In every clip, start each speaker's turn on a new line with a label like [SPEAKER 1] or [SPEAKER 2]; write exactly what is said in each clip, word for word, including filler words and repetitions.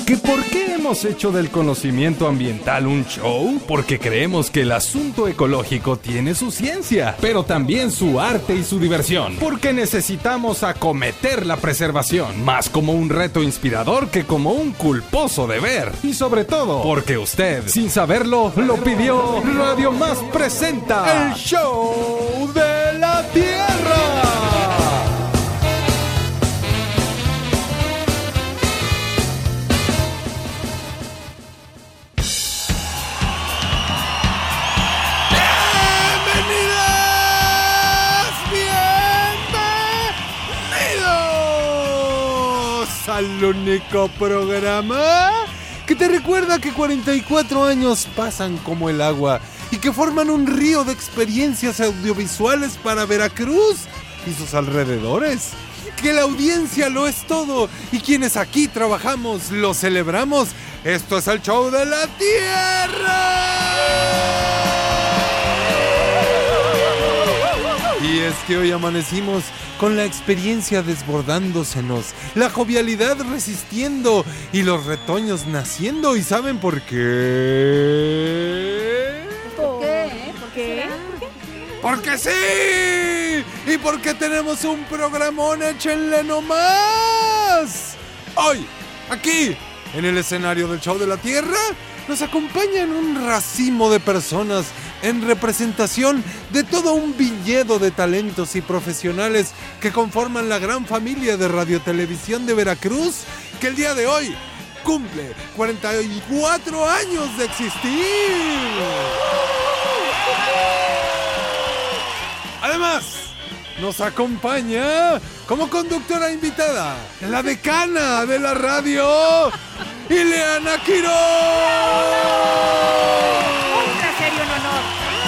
[SPEAKER 1] ¿Que por qué hemos hecho del conocimiento ambiental un show? Porque creemos que el asunto ecológico tiene su ciencia, pero también su arte y su diversión. Porque necesitamos acometer la preservación, más como un reto inspirador que como un culposo deber. Y sobre todo, porque usted, sin saberlo, lo pidió. Radio Más presenta el show de la Tierra. Al único programa que te recuerda que cuarenta y cuatro años pasan como el agua y que forman un río de experiencias audiovisuales para Veracruz y sus alrededores. Que la audiencia lo es todo y quienes aquí trabajamos lo celebramos. Esto es el show de la Tierra. Y es que hoy amanecimos con la experiencia desbordándosenos, la jovialidad resistiendo y los retoños naciendo. ¿Y saben por qué?
[SPEAKER 2] ¿Por qué? ¿Por qué?
[SPEAKER 1] ¡Porque sí! Y porque tenemos un programón, échenle nomás. Hoy, aquí, en el escenario del Show de la Tierra, nos acompañan un racimo de personas en representación de todo un viñedo de talentos y profesionales que conforman la gran familia de Radiotelevisión de Veracruz, que el día de hoy cumple cuarenta y cuatro años de existir. Además, nos acompaña como conductora invitada la decana de la radio, Ileana Quiroz.
[SPEAKER 2] Ultra serio, un honor.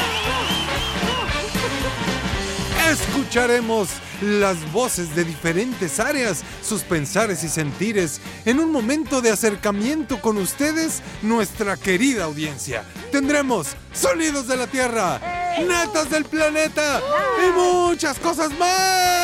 [SPEAKER 1] Escucharemos las voces de diferentes áreas, sus pensares y sentires en un momento de acercamiento con ustedes, nuestra querida audiencia. Tendremos sonidos de la Tierra, netas del planeta y muchas cosas más.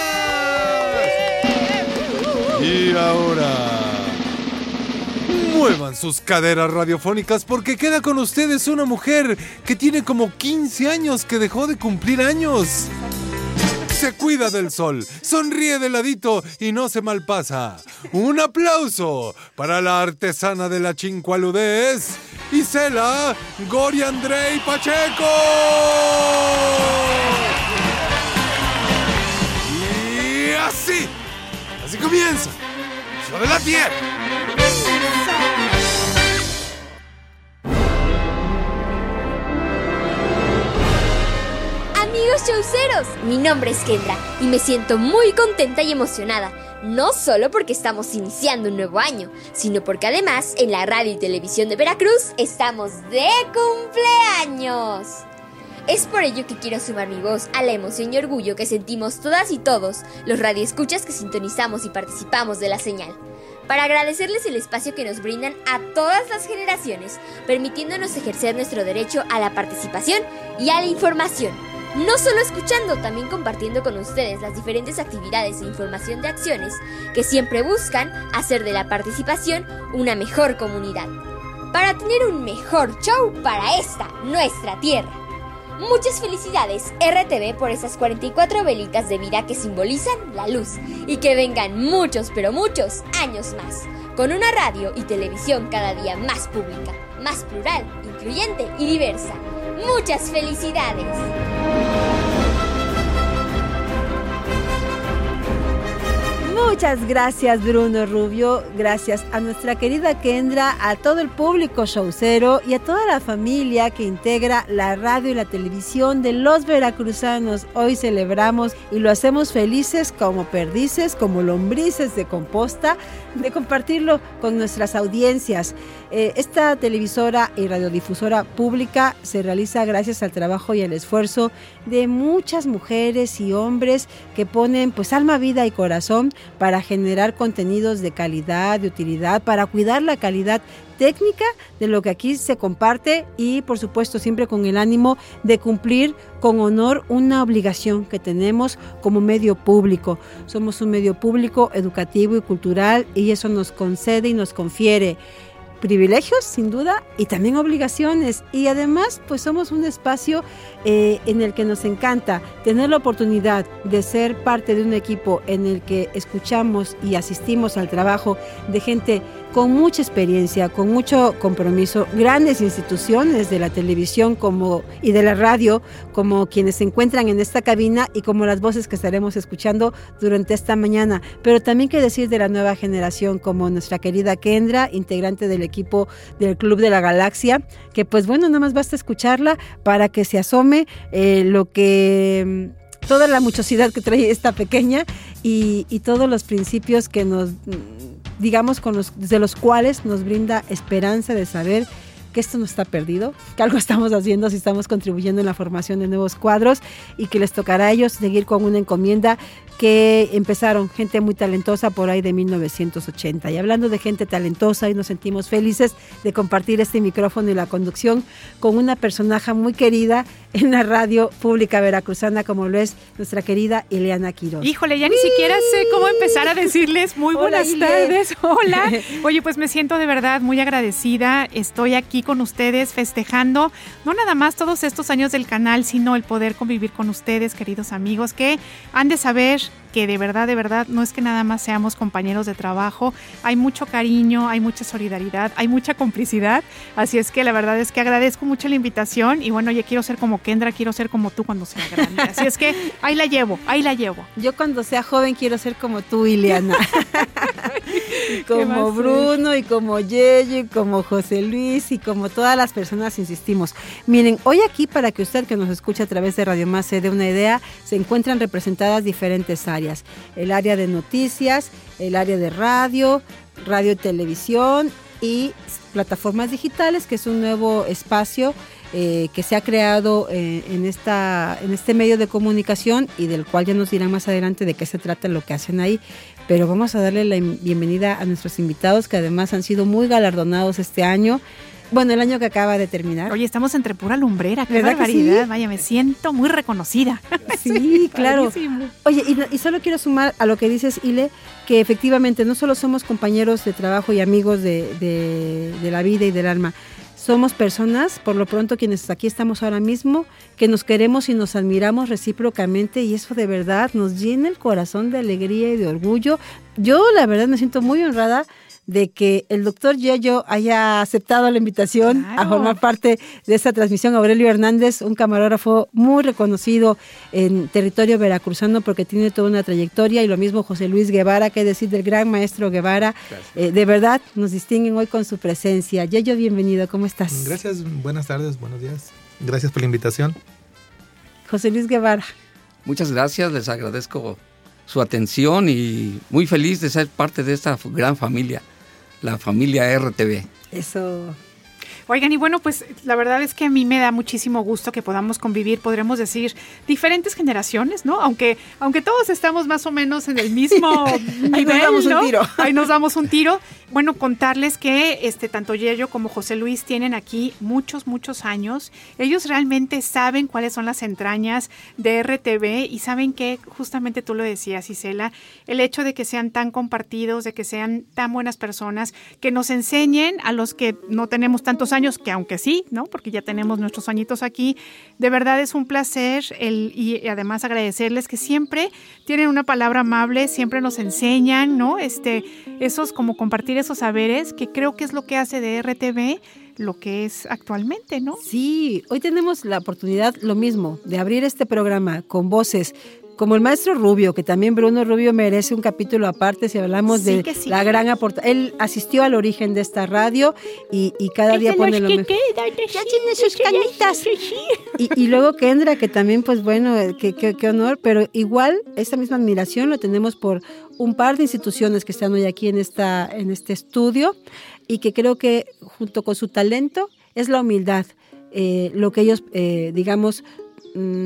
[SPEAKER 1] Y ahora, muevan sus caderas radiofónicas porque queda con ustedes una mujer que tiene como quince años que dejó de cumplir años. Se cuida del sol, sonríe de ladito y no se malpasa. Un aplauso para la artesana de la chincualudez, Isela Gori Andrei Pacheco. Y así, así comienza el Show de la Tierra.
[SPEAKER 3] Amigos showceros, mi nombre es Kendra y me siento muy contenta y emocionada, no solo porque estamos iniciando un nuevo año, sino porque además en la radio y televisión de Veracruz estamos de cumpleaños. Es por ello que quiero sumar mi voz a la emoción y orgullo que sentimos todas y todos los radioescuchas que sintonizamos y participamos de la señal, para agradecerles el espacio que nos brindan a todas las generaciones, permitiéndonos ejercer nuestro derecho a la participación y a la información. No solo escuchando, también compartiendo con ustedes las diferentes actividades e información de acciones que siempre buscan hacer de la participación una mejor comunidad, para tener un mejor show para esta, nuestra tierra. Muchas felicidades R T V por esas cuarenta y cuatro velitas de vida que simbolizan la luz, y que vengan muchos, pero muchos años más, con una radio y televisión cada día más pública, más plural, incluyente y diversa. ¡Muchas felicidades!
[SPEAKER 2] Muchas gracias, Bruno Rubio. Gracias a nuestra querida Kendra, a todo el público showcero y a toda la familia que integra la radio y la televisión de los veracruzanos. Hoy celebramos y lo hacemos felices como perdices, como lombrices de composta, de compartirlo con nuestras audiencias. Eh, esta televisora y radiodifusora pública se realiza gracias al trabajo y al esfuerzo de muchas mujeres y hombres que ponen pues alma, vida y corazón para generar contenidos de calidad, de utilidad, para cuidar la calidad técnica de lo que aquí se comparte y por supuesto siempre con el ánimo de cumplir con honor una obligación que tenemos como medio público. Somos un medio público educativo y cultural y eso nos concede y nos confiere privilegios, sin duda, y también obligaciones. Y además, pues somos un espacio eh, en el que nos encanta tener la oportunidad de ser parte de un equipo en el que escuchamos y asistimos al trabajo de gente con mucha experiencia, con mucho compromiso, grandes instituciones de la televisión como y de la radio, como quienes se encuentran en esta cabina y como las voces que estaremos escuchando durante esta mañana. Pero también que decir de la nueva generación, como nuestra querida Kendra, integrante del equipo del Club de la Galaxia, que pues bueno, nada más basta escucharla para que se asome eh, lo que... toda la muchosidad que trae esta pequeña y, y todos los principios que nos, digamos, con los, de los cuales nos brinda esperanza de saber que esto no está perdido, que algo estamos haciendo si estamos contribuyendo en la formación de nuevos cuadros y que les tocará a ellos seguir con una encomienda que empezaron gente muy talentosa por ahí de mil novecientos ochenta. Y hablando de gente talentosa, y nos sentimos felices de compartir este micrófono y la conducción con una personaje muy querida en la radio pública veracruzana, como lo es nuestra querida Ileana Quiroz.
[SPEAKER 4] Híjole, ya ni siquiera sé cómo empezar a decirles muy buenas
[SPEAKER 2] Hola,
[SPEAKER 4] tardes. Hola. Oye, pues me siento de verdad muy agradecida. Estoy aquí con ustedes festejando, no nada más todos estos años del canal, sino el poder convivir con ustedes, queridos amigos, que han de saber que de verdad, de verdad, no es que nada más seamos compañeros de trabajo, hay mucho cariño, hay mucha solidaridad, hay mucha complicidad, así es que la verdad es que agradezco mucho la invitación y bueno, ya quiero ser como Kendra, quiero ser como tú cuando sea grande, así es que ahí la llevo, ahí la llevo.
[SPEAKER 2] Yo cuando sea joven quiero ser como tú, Ileana. Como Bruno y como Yeyo y como José Luis y como todas las personas, insistimos. Miren, hoy aquí para que usted que nos escucha a través de Radio Más se dé una idea, se encuentran representadas diferentes áreas. El área de noticias, el área de radio, radio y televisión y plataformas digitales, que es un nuevo espacio eh, que se ha creado eh, en, esta, en este medio de comunicación y del cual ya nos dirán más adelante de qué se trata lo que hacen ahí. Pero vamos a darle la bienvenida a nuestros invitados que además han sido muy galardonados este año. Bueno, el año que acaba de terminar.
[SPEAKER 4] Oye, estamos entre pura lumbrera, qué barbaridad. Sí? Vaya, me siento muy reconocida.
[SPEAKER 2] Sí, claro. Oye, y, y solo quiero sumar a lo que dices, Ile, que efectivamente no solo somos compañeros de trabajo y amigos de, de, de la vida y del alma, somos personas, por lo pronto quienes aquí estamos ahora mismo, que nos queremos y nos admiramos recíprocamente y eso de verdad nos llena el corazón de alegría y de orgullo. Yo la verdad me siento muy honrada de que el doctor Yeyo haya aceptado la invitación claro. a formar parte de esta transmisión. Aurelio Hernández, un camarógrafo muy reconocido en territorio veracruzano porque tiene toda una trayectoria, y lo mismo José Luis Guevara, qué decir del gran maestro Guevara. Eh, de verdad, nos distinguen hoy con su presencia. Yeyo, bienvenido, ¿cómo estás?
[SPEAKER 5] Gracias, buenas tardes, buenos días. Gracias por la invitación.
[SPEAKER 2] José Luis Guevara.
[SPEAKER 6] Muchas gracias, les agradezco su atención y muy feliz de ser parte de esta gran familia, la familia R T V.
[SPEAKER 2] Eso.
[SPEAKER 4] Oigan, y bueno, pues la verdad es que a mí me da muchísimo gusto que podamos convivir, podremos decir, diferentes generaciones, ¿no? Aunque aunque todos estamos más o menos en el mismo nivel,
[SPEAKER 2] ahí nos damos
[SPEAKER 4] ¿no?
[SPEAKER 2] un tiro.
[SPEAKER 4] Ahí nos damos un tiro. Bueno, contarles que este tanto Yeyo como José Luis tienen aquí muchos, muchos años. Ellos realmente saben cuáles son las entrañas de R T V y saben que, justamente tú lo decías, Isela, el hecho de que sean tan compartidos, de que sean tan buenas personas, que nos enseñen a los que no tenemos tantos años, que aunque sí, ¿no? Porque ya tenemos nuestros añitos aquí, de verdad es un placer el, y además agradecerles que siempre tienen una palabra amable, siempre nos enseñan, ¿no? Este, esos como compartir esos saberes, que creo que es lo que hace de R T V lo que es actualmente, ¿no?
[SPEAKER 2] Sí, hoy tenemos la oportunidad, lo mismo, de abrir este programa con voces como el maestro Rubio, que también Bruno Rubio merece un capítulo aparte si hablamos sí, de sí. la gran aportación. Él asistió al origen de esta radio y, y cada día pone lo mejor. Ya tiene sus canitas. Y, y luego Kendra, que también, pues bueno, qué que, que honor, pero igual esta misma admiración lo tenemos por un par de instituciones que están hoy aquí en, esta, en este estudio y que creo que junto con su talento es la humildad, eh, lo que ellos, eh, digamos, mmm,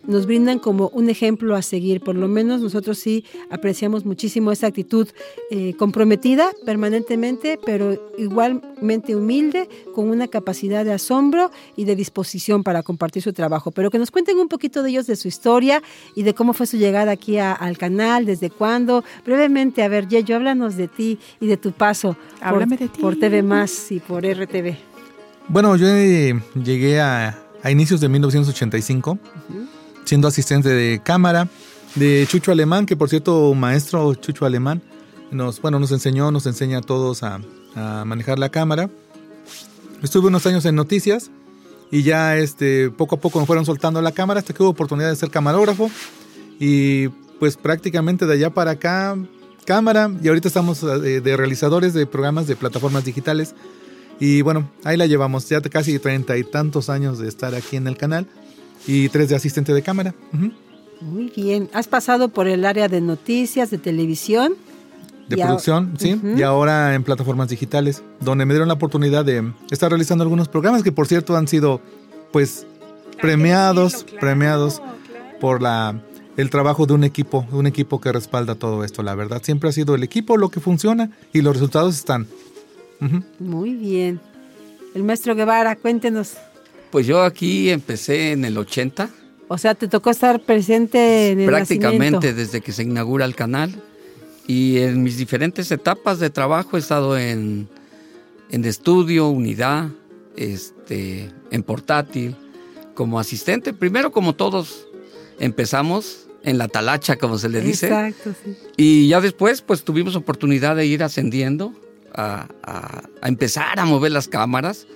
[SPEAKER 2] nos brindan como un ejemplo a seguir. Por lo menos nosotros sí apreciamos muchísimo esa actitud eh, comprometida permanentemente, pero igualmente humilde, con una capacidad de asombro y de disposición para compartir su trabajo. Pero que nos cuenten un poquito de ellos, de su historia y de cómo fue su llegada aquí a, al canal, desde cuándo. Brevemente, a ver, Yeyo, háblanos de ti y de tu paso por,
[SPEAKER 4] de ti.
[SPEAKER 2] por T V Más y por R T V.
[SPEAKER 5] Bueno, yo eh, llegué a, a inicios de mil novecientos ochenta y cinco, uh-huh. siendo asistente de cámara de Chucho Alemán, que por cierto, maestro Chucho Alemán, nos, bueno, nos enseñó, nos enseña a todos a, a manejar la cámara. Estuve unos años en noticias y ya este, poco a poco me fueron soltando la cámara hasta que hubo oportunidad de ser camarógrafo y pues prácticamente de allá para acá, cámara, y ahorita estamos de, de realizadores de programas de plataformas digitales. Y bueno, ahí la llevamos, ya casi treinta y tantos años de estar aquí en el canal y tres de asistente de cámara. Uh-huh.
[SPEAKER 2] Muy bien, has pasado por el área de noticias, de televisión.
[SPEAKER 5] De producción, a... sí, uh-huh. y ahora en plataformas digitales, donde me dieron la oportunidad de estar realizando algunos programas que por cierto han sido pues premiados, decirlo, claro, premiados claro. por la... el trabajo de un equipo, de un equipo que respalda todo esto, la verdad. Siempre ha sido el equipo lo que funciona y los resultados están. Uh-huh.
[SPEAKER 2] Muy bien. El maestro Guevara, cuéntenos.
[SPEAKER 6] Pues yo aquí empecé en el ochenta.
[SPEAKER 2] O sea, te tocó estar presente en el
[SPEAKER 6] prácticamente
[SPEAKER 2] nacimiento.
[SPEAKER 6] Desde que se inaugura el canal. Y en mis diferentes etapas de trabajo he estado en, en estudio, unidad, este, en portátil, como asistente. Primero, como todos empezamos, en la talacha, como se le dice.
[SPEAKER 2] Exacto, sí.
[SPEAKER 6] Y ya después, pues tuvimos oportunidad de ir ascendiendo. A, a, a empezar a mover las cámaras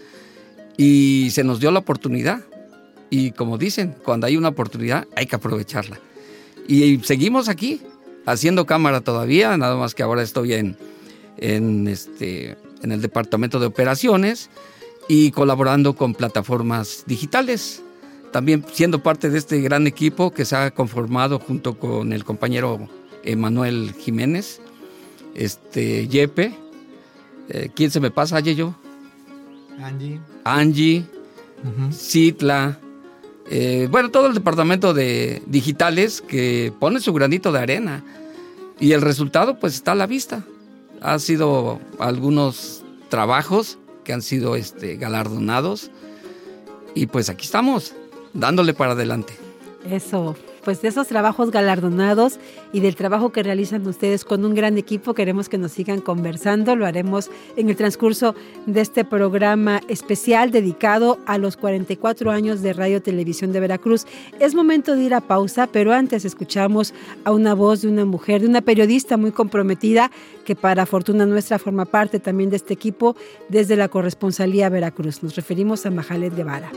[SPEAKER 6] y se nos dio la oportunidad y como dicen, cuando hay una oportunidad hay que aprovecharla y, y seguimos aquí haciendo cámara todavía, nada más que ahora estoy en, en, este, en el departamento de operaciones y colaborando con plataformas digitales, también siendo parte de este gran equipo que se ha conformado junto con el compañero Emanuel Jiménez, este, Yepe. Eh, ¿Quién se me pasa, Yeyo?
[SPEAKER 5] Angie.
[SPEAKER 6] Angie, uh-huh. Citla, eh, bueno, todo el departamento de digitales que pone su granito de arena y el resultado pues está a la vista. Ha sido algunos trabajos que han sido este, galardonados y pues aquí estamos, dándole para adelante.
[SPEAKER 2] Eso, pues de esos trabajos galardonados y del trabajo que realizan ustedes con un gran equipo, queremos que nos sigan conversando. Lo haremos en el transcurso de este programa especial dedicado a los cuarenta y cuatro años de Radio Televisión de Veracruz. Es momento de ir a pausa, pero antes escuchamos a una voz de una mujer, de una periodista muy comprometida que para fortuna nuestra forma parte también de este equipo desde la corresponsalía Veracruz. Nos referimos a Mahalet Guevara.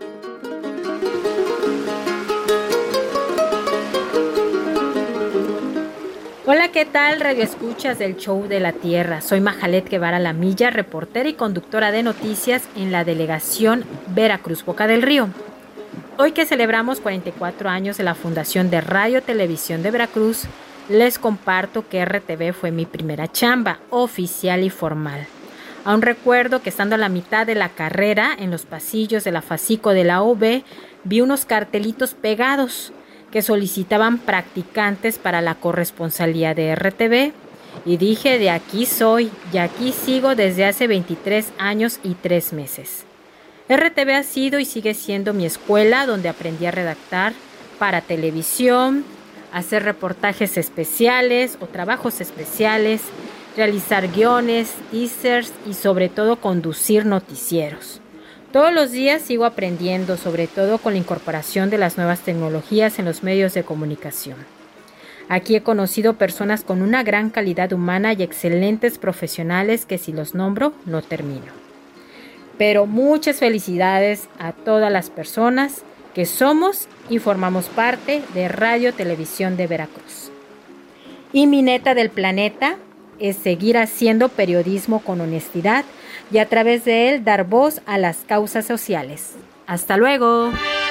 [SPEAKER 7] Hola, ¿qué tal? Radio Escuchas del Show de la Tierra. Soy Mahalet Guevara Lamilla, reportera y conductora de noticias en la delegación Veracruz Boca del Río. Hoy que celebramos cuarenta y cuatro años de la fundación de Radio Televisión de Veracruz, les comparto que R T V fue mi primera chamba, oficial y formal. Aún recuerdo que estando a la mitad de la carrera, en los pasillos de la Facico de la U B, vi unos cartelitos pegados que solicitaban practicantes para la corresponsalía de R T V y dije, de aquí soy y aquí sigo desde hace veintitrés años y tres meses. R T V ha sido y sigue siendo mi escuela donde aprendí a redactar para televisión, hacer reportajes especiales o trabajos especiales, realizar guiones, teasers y sobre todo conducir noticieros. Todos los días sigo aprendiendo, sobre todo con la incorporación de las nuevas tecnologías en los medios de comunicación. Aquí he conocido personas con una gran calidad humana y excelentes profesionales que si los nombro no termino. Pero muchas felicidades a todas las personas que somos y formamos parte de Radio Televisión de Veracruz. Y mi neta del planeta es seguir haciendo periodismo con honestidad y a través de él dar voz a las causas sociales. ¡Hasta luego!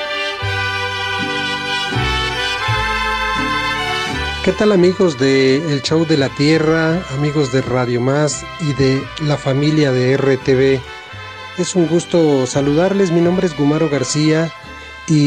[SPEAKER 8] ¿Qué tal, amigos de El Show de la Tierra, amigos de Radio Más y de la familia de R T V? Es un gusto saludarles, mi nombre es Gumaro García y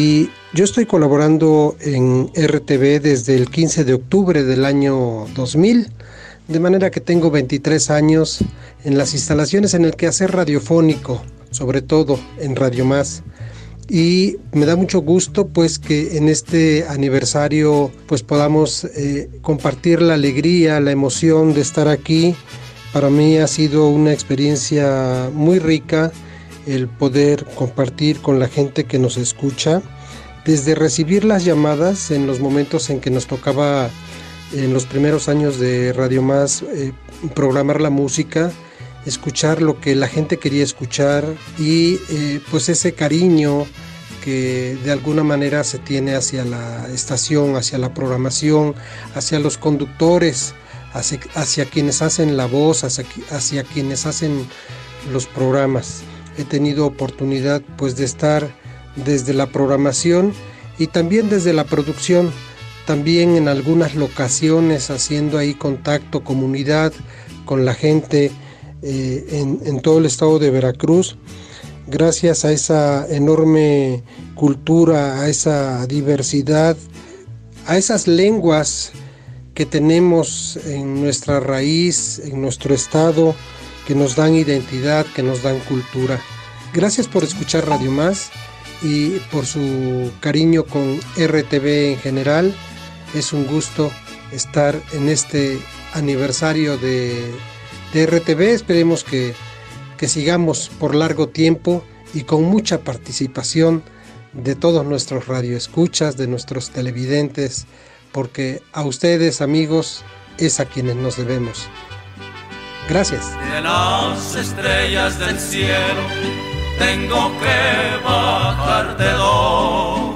[SPEAKER 8] Yo estoy colaborando en R T V desde el quince de octubre del año dos mil, de manera que tengo veintitrés años en las instalaciones en el quehacer radiofónico, sobre todo en Radio Más. Y me da mucho gusto pues que en este aniversario pues podamos eh, compartir la alegría, la emoción de estar aquí. Para mí ha sido una experiencia muy rica el poder compartir con la gente que nos escucha, desde recibir las llamadas en los momentos en que nos tocaba en los primeros años de Radio Más eh, programar la música, escuchar lo que la gente quería escuchar y eh, pues ese cariño que de alguna manera se tiene hacia la estación, hacia la programación, hacia los conductores, hacia, hacia quienes hacen la voz, hacia, hacia quienes hacen los programas. He tenido oportunidad pues de estar desde la programación y también desde la producción, también en algunas locaciones haciendo ahí contacto, comunidad con la gente eh, en, en todo el estado de Veracruz. Gracias a esa enorme cultura, a esa diversidad, a esas lenguas que tenemos en nuestra raíz, en nuestro estado, que nos dan identidad, que nos dan cultura. Gracias por escuchar Radio Más y por su cariño con R T V en general. Es un gusto estar en este aniversario de, de R T V. Esperemos que, que sigamos por largo tiempo y con mucha participación de todos nuestros radioescuchas, de nuestros televidentes, porque a ustedes, amigos, es a quienes nos debemos. Gracias.
[SPEAKER 9] De las estrellas del cielo tengo que bajarte dos.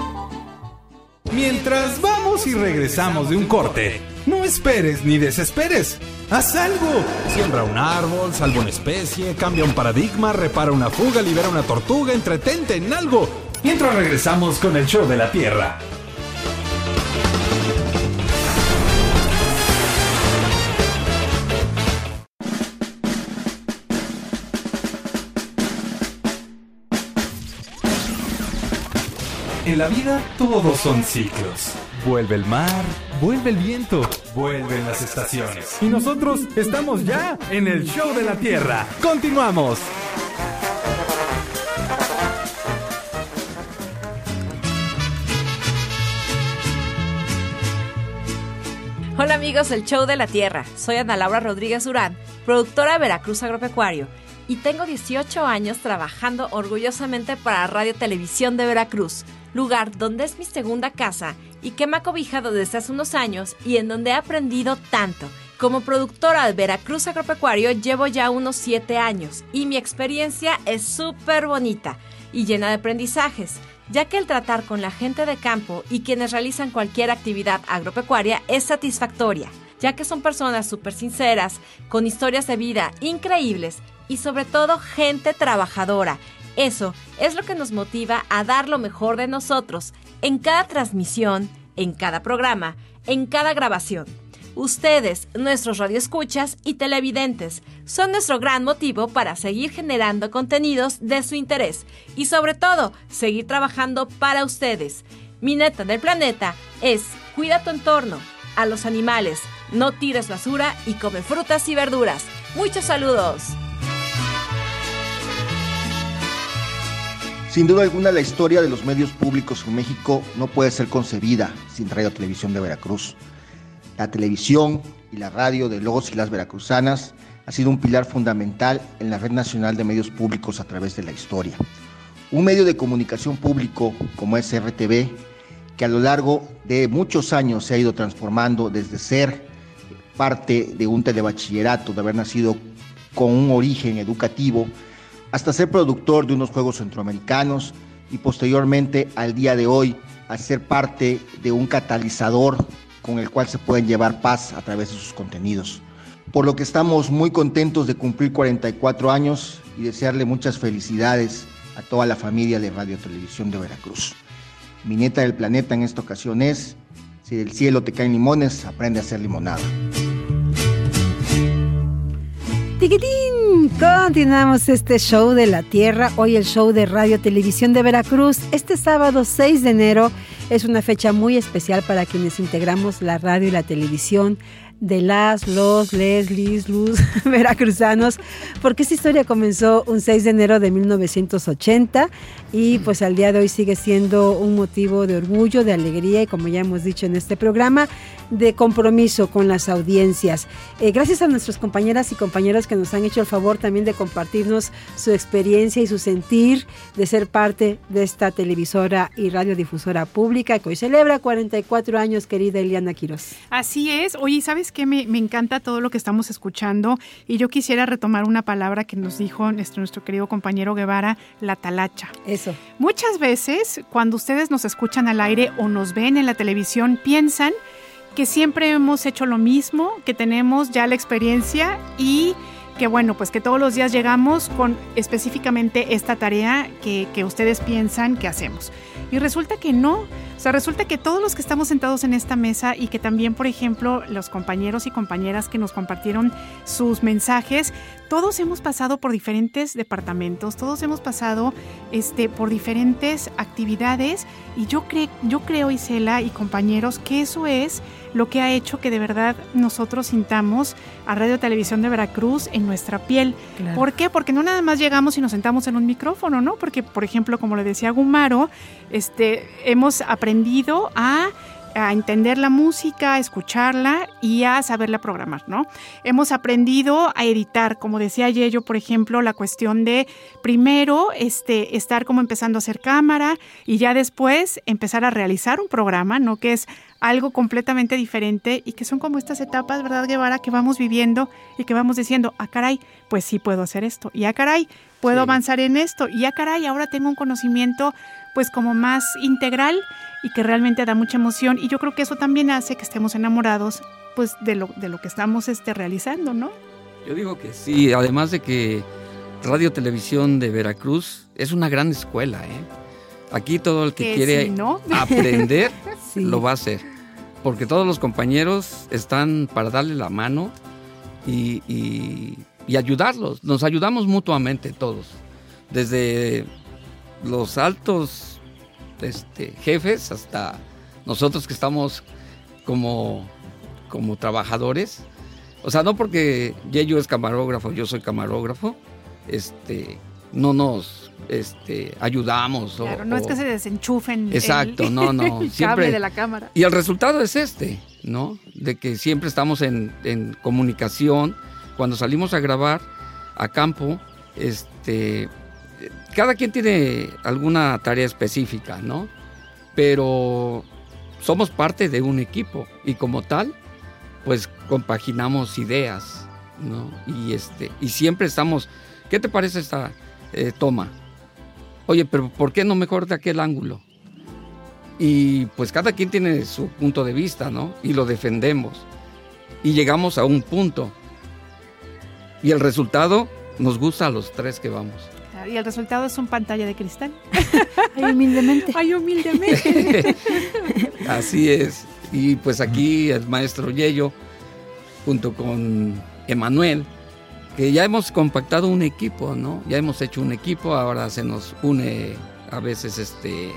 [SPEAKER 10] Mientras vamos y regresamos de un corte, no esperes ni desesperes. ¡Haz algo! Siembra un árbol, salva una especie, cambia un paradigma, repara una fuga, libera una tortuga, entretente en algo. Mientras regresamos con el show de la Tierra. En la vida todos son ciclos. Vuelve el mar, vuelve el viento, vuelven las estaciones. Y nosotros estamos ya en el show de la Tierra. ¡Continuamos!
[SPEAKER 11] Hola amigos del show de la Tierra. Soy Ana Laura Rodríguez Urán, productora de Veracruz Agropecuario. Y tengo dieciocho años trabajando orgullosamente para Radio Televisión de Veracruz, lugar donde es mi segunda casa y que me ha cobijado desde hace unos años y en donde he aprendido tanto. Como productora de Veracruz Agropecuario llevo ya unos siete años y mi experiencia es súper bonita y llena de aprendizajes, ya que el tratar con la gente de campo y quienes realizan cualquier actividad agropecuaria es satisfactoria, ya que son personas súper sinceras, con historias de vida increíbles y sobre todo gente trabajadora. Eso es lo que nos motiva a dar lo mejor de nosotros en cada transmisión, en cada programa, en cada grabación. Ustedes, nuestros radioescuchas y televidentes, son nuestro gran motivo para seguir generando contenidos de su interés y sobre todo, seguir trabajando para ustedes. Mi neta del planeta es: cuida tu entorno, a los animales, no tires basura y come frutas y verduras. ¡Muchos saludos!
[SPEAKER 12] Sin duda alguna, la historia de los medios públicos en México no puede ser concebida sin Radio Televisión de Veracruz. La televisión y la radio de los y las veracruzanas ha sido un pilar fundamental en la red nacional de medios públicos a través de la historia. Un medio de comunicación público como es R T V, que a lo largo de muchos años se ha ido transformando desde ser parte de un telebachillerato, de haber nacido con un origen educativo, hasta ser productor de unos Juegos Centroamericanos y posteriormente al día de hoy a ser parte de un catalizador con el cual se pueden llevar paz a través de sus contenidos. Por lo que estamos muy contentos de cumplir cuarenta y cuatro años y desearle muchas felicidades a toda la familia de Radio Televisión de Veracruz. Mi neta del planeta en esta ocasión es: si del cielo te caen limones, aprende a hacer limonada.
[SPEAKER 2] ¡Tiquitín! Bien, continuamos este show de la tierra, hoy el show de Radio Televisión de Veracruz. Este sábado seis de enero es una fecha muy especial para quienes integramos la radio y la televisión de las, los, les, lis, luz, veracruzanos, porque esta historia comenzó un seis de enero de mil novecientos ochenta y pues al día de hoy sigue siendo un motivo de orgullo, de alegría y, como ya hemos dicho en este programa, de compromiso con las audiencias. Eh, gracias a nuestras compañeras y compañeros que nos han hecho el favor también de compartirnos su experiencia y su sentir de ser parte de esta televisora y radiodifusora pública que hoy celebra cuarenta y cuatro años, querida Eliana Quiroz.
[SPEAKER 4] Así es. Oye, ¿sabes qué? Me, me encanta todo lo que estamos escuchando y yo quisiera retomar una palabra que nos dijo nuestro, nuestro querido compañero Guevara, la talacha.
[SPEAKER 2] Eso. Muchas
[SPEAKER 4] veces cuando ustedes nos escuchan al aire o nos ven en la televisión, piensan que siempre hemos hecho lo mismo, que tenemos ya la experiencia y que bueno, pues que todos los días llegamos con específicamente esta tarea que, que ustedes piensan que hacemos. Y resulta que no, o sea, resulta que todos los que estamos sentados en esta mesa y que también, por ejemplo, los compañeros y compañeras que nos compartieron sus mensajes, todos hemos pasado por diferentes departamentos, todos hemos pasado este, por diferentes actividades y yo, cre- yo creo, Isela y compañeros, que eso es lo que ha hecho que de verdad nosotros sintamos a Radio Televisión de Veracruz en nuestra piel. Claro. ¿Por qué? Porque no nada más llegamos y nos sentamos en un micrófono, ¿no? Porque, por ejemplo, como le decía Gumaro, este, hemos aprendido a a entender la música, a escucharla y a saberla programar, ¿no? Hemos aprendido a editar, como decía Yello, por ejemplo, la cuestión de primero este, estar como empezando a hacer cámara y ya después empezar a realizar un programa, ¿no? Que es algo completamente diferente y que son como estas etapas, ¿verdad, Guevara? Que vamos viviendo y que vamos diciendo, ah, caray, pues sí puedo hacer esto, y ah, caray, puedo sí. avanzar en esto, y ah, caray, ahora tengo un conocimiento pues como más integral y que realmente da mucha emoción y yo creo que eso también hace que estemos enamorados pues de lo, de lo que estamos este, realizando, ¿no?
[SPEAKER 6] Yo digo que sí, además de que Radio Televisión de Veracruz es una gran escuela, ¿eh? Aquí todo el que, que quiere sí, ¿no? aprender sí. lo va a hacer, porque todos los compañeros están para darle la mano y, y, y ayudarlos, nos ayudamos mutuamente todos, desde los altos este, jefes hasta nosotros que estamos como, como trabajadores. O sea, no porque Yello es camarógrafo, yo soy camarógrafo, este, no nos este, ayudamos.
[SPEAKER 4] Claro,
[SPEAKER 6] o,
[SPEAKER 4] no es que se desenchufen
[SPEAKER 6] exacto,
[SPEAKER 4] el,
[SPEAKER 6] no, no,
[SPEAKER 4] el
[SPEAKER 6] siempre,
[SPEAKER 4] cable de la cámara.
[SPEAKER 6] Y el resultado es este, ¿no? De que siempre estamos en, en comunicación. Cuando salimos a grabar a campo, este... cada quien tiene alguna tarea específica, ¿no? Pero somos parte de un equipo y como tal, pues compaginamos ideas, ¿no? Y este y siempre estamos, ¿qué te parece esta eh, toma? Oye, pero ¿por qué no mejor de aquel ángulo? Y pues cada quien tiene su punto de vista, ¿no? Y lo defendemos. Y llegamos a un punto. Y el resultado nos gusta a los tres que vamos.
[SPEAKER 4] Y el resultado es un pantalla de cristal.
[SPEAKER 2] Ay, humildemente.
[SPEAKER 4] Ay, humildemente.
[SPEAKER 6] Así es. Y pues aquí el maestro Yello, junto con Emanuel, que ya hemos compactado un equipo, ¿no? Ya hemos hecho un equipo, ahora se nos une a veces este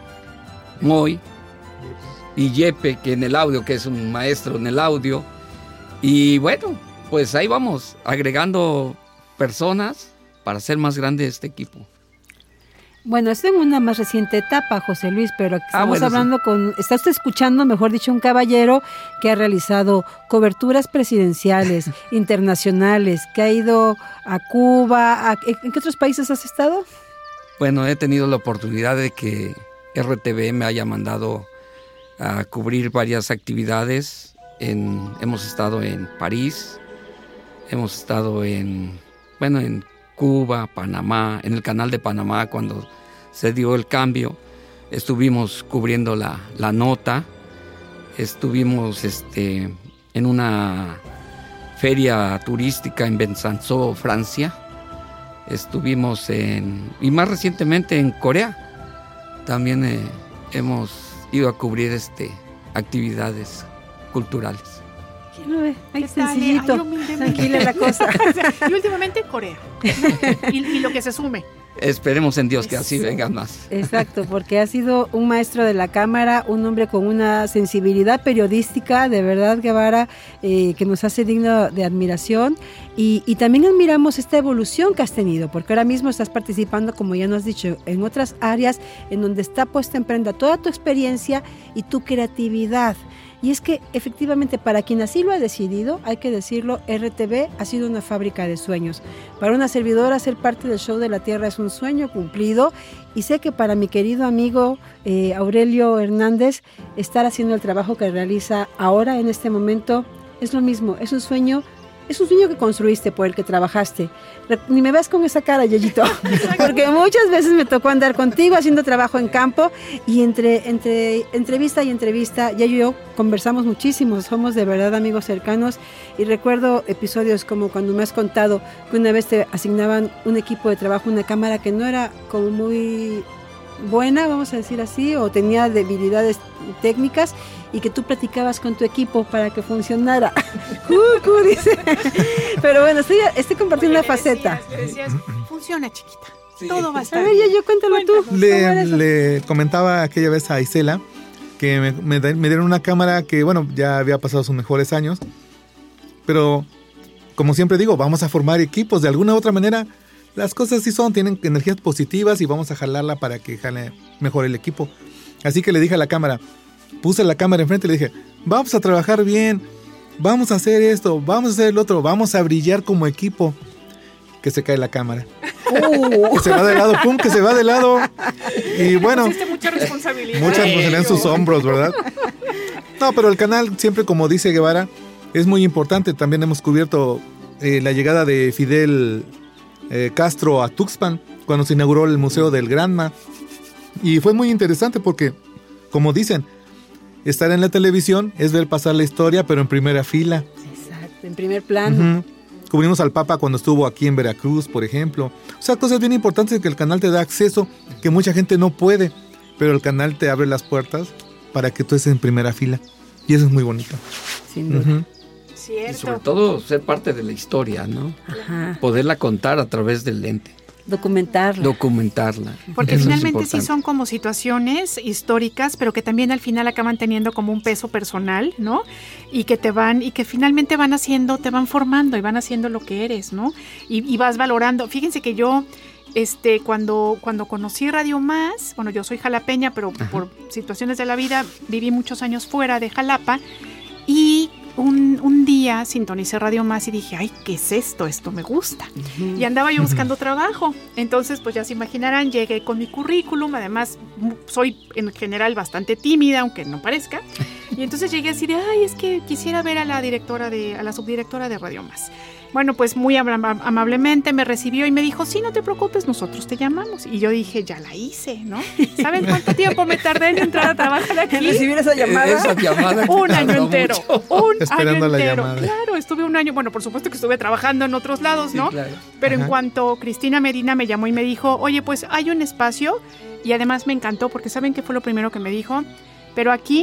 [SPEAKER 6] Moy y Yepe, que en el audio, que es un maestro en el audio. Y bueno, pues ahí vamos, agregando personas para hacer más grande este equipo.
[SPEAKER 2] Bueno, esto en una más reciente etapa, José Luis, pero estamos ah, bueno, hablando sí. con, está usted escuchando, mejor dicho, un caballero que ha realizado coberturas presidenciales, internacionales, que ha ido a Cuba, a, ¿en qué otros países has estado?
[SPEAKER 6] Bueno, he tenido la oportunidad de que R T V me haya mandado a cubrir varias actividades, en, hemos estado en París, hemos estado en, bueno, en Cuba, Panamá, en el canal de Panamá cuando se dio el cambio, estuvimos cubriendo la, la nota, estuvimos este, en una feria turística en Besançon, Francia, estuvimos en, y más recientemente en Corea, también eh, hemos ido a cubrir este, actividades culturales.
[SPEAKER 2] ¿Quién lo ve? Ay,
[SPEAKER 4] ¿Qué tal, eh?
[SPEAKER 2] sencillito.
[SPEAKER 4] Ay, humildemente.
[SPEAKER 2] Tranquila la cosa.
[SPEAKER 4] Y últimamente Corea. y, y lo que se sume.
[SPEAKER 6] Esperemos en Dios que así vengan más.
[SPEAKER 2] Exacto, porque ha sido un maestro de la cámara, un hombre con una sensibilidad periodística, de verdad, Guevara, eh, que nos hace digno de admiración. Y, y también admiramos esta evolución que has tenido, porque ahora mismo estás participando, como ya nos has dicho, en otras áreas en donde está puesta en prenda toda tu experiencia y tu creatividad. Y es que efectivamente para quien así lo ha decidido, hay que decirlo, R T V ha sido una fábrica de sueños. Para una servidora ser parte del Show de la Tierra es un sueño cumplido, y sé que para mi querido amigo eh, Aurelio Hernández, estar haciendo el trabajo que realiza ahora en este momento es lo mismo, es un sueño. Es un sueño que construiste, por el que trabajaste. Ni me ves con esa cara, Yeyito, porque muchas veces me tocó andar contigo haciendo trabajo en campo, y entre, entre entrevista y entrevista, Yeyo y yo conversamos muchísimo, somos de verdad amigos cercanos, y recuerdo episodios como cuando me has contado que una vez te asignaban un equipo de trabajo, una cámara que no era como muy buena, vamos a decir así, o tenía debilidades técnicas, y que tú platicabas con tu equipo para que funcionara. Cucu, dice. Pero bueno, estoy, estoy compartiendo
[SPEAKER 4] Oye,
[SPEAKER 2] una faceta.
[SPEAKER 4] Le decías, le decías, funciona, chiquita. Sí. Todo va a estar.
[SPEAKER 2] A ver, ya yo cuéntalo tú.
[SPEAKER 5] Le, le comentaba aquella vez a Isela que me, me, me dieron una cámara que, bueno, ya había pasado sus mejores años, pero como siempre digo, vamos a formar equipos. De alguna u otra manera, las cosas sí son, tienen energías positivas y vamos a jalarla para que jale mejor el equipo. Así que le dije a la cámara, puse la cámara enfrente y le dije, vamos a trabajar bien, vamos a hacer esto, vamos a hacer el otro, vamos a brillar como equipo. Que se cae la cámara. Uh. Que se va de lado, pum, que se va de lado. Y bueno,
[SPEAKER 4] mucha responsabilidad.
[SPEAKER 5] Mucha responsabilidad en sus hombros, ¿verdad? No, pero el canal, siempre como dice Guevara, es muy importante. También hemos cubierto eh, la llegada de Fidel eh, Castro a Tuxpan, cuando se inauguró el Museo del Granma. Y fue muy interesante porque, como dicen, estar en la televisión es ver pasar la historia, pero en primera fila.
[SPEAKER 2] Exacto, en primer plano.
[SPEAKER 5] Uh-huh. Cubrimos al Papa cuando estuvo aquí en Veracruz, por ejemplo. O sea, cosas bien importantes que el canal te da acceso, que mucha gente no puede, pero el canal te abre las puertas para que tú estés en primera fila. Y eso es muy bonito.
[SPEAKER 2] Sin duda.
[SPEAKER 5] Uh-huh.
[SPEAKER 4] Cierto.
[SPEAKER 6] Y sobre todo ser parte de la historia, ¿no?
[SPEAKER 2] Ajá.
[SPEAKER 6] Poderla contar a través del lente.
[SPEAKER 2] Documentarla.
[SPEAKER 6] Documentarla.
[SPEAKER 4] Porque
[SPEAKER 6] Eso
[SPEAKER 4] finalmente
[SPEAKER 6] es
[SPEAKER 4] sí son como situaciones históricas, pero que también al final acaban teniendo como un peso personal, ¿no? Y que te van, y que finalmente van haciendo, te van formando y van haciendo lo que eres, ¿no? Y, y vas valorando. Fíjense que yo, este, cuando, cuando conocí Radio Más, bueno, yo soy jalapeña, pero Ajá. por situaciones de la vida viví muchos años fuera de Jalapa, y Un, un día sintonicé Radio Más y dije, ay, ¿qué es esto? Esto me gusta. Uh-huh. Y andaba yo buscando uh-huh. trabajo. Entonces, pues ya se imaginarán, llegué con mi currículum. Además, soy en general bastante tímida, aunque no parezca. Y entonces llegué así de, ay, es que quisiera ver a la directora de, a la subdirectora de Radio Más. Bueno, pues muy am- amablemente me recibió y me dijo, sí, no te preocupes, nosotros te llamamos. Y yo dije, ya la hice, ¿no? ¿Saben cuánto tiempo me tardé en entrar a trabajar aquí?
[SPEAKER 2] ¿En recibir esa llamada?
[SPEAKER 6] Esa llamada
[SPEAKER 4] un año entero.
[SPEAKER 6] Mucho.
[SPEAKER 4] Un
[SPEAKER 5] Esperando
[SPEAKER 4] año
[SPEAKER 5] la
[SPEAKER 4] entero.
[SPEAKER 5] llamada.
[SPEAKER 4] Claro, estuve un año, bueno, por supuesto que estuve trabajando en otros lados, ¿no?
[SPEAKER 6] Sí, claro.
[SPEAKER 4] Pero
[SPEAKER 5] Ajá.
[SPEAKER 4] en cuanto Cristina Medina me llamó y me dijo, oye, pues hay un espacio, y además me encantó, porque ¿saben qué fue lo primero que me dijo? Pero aquí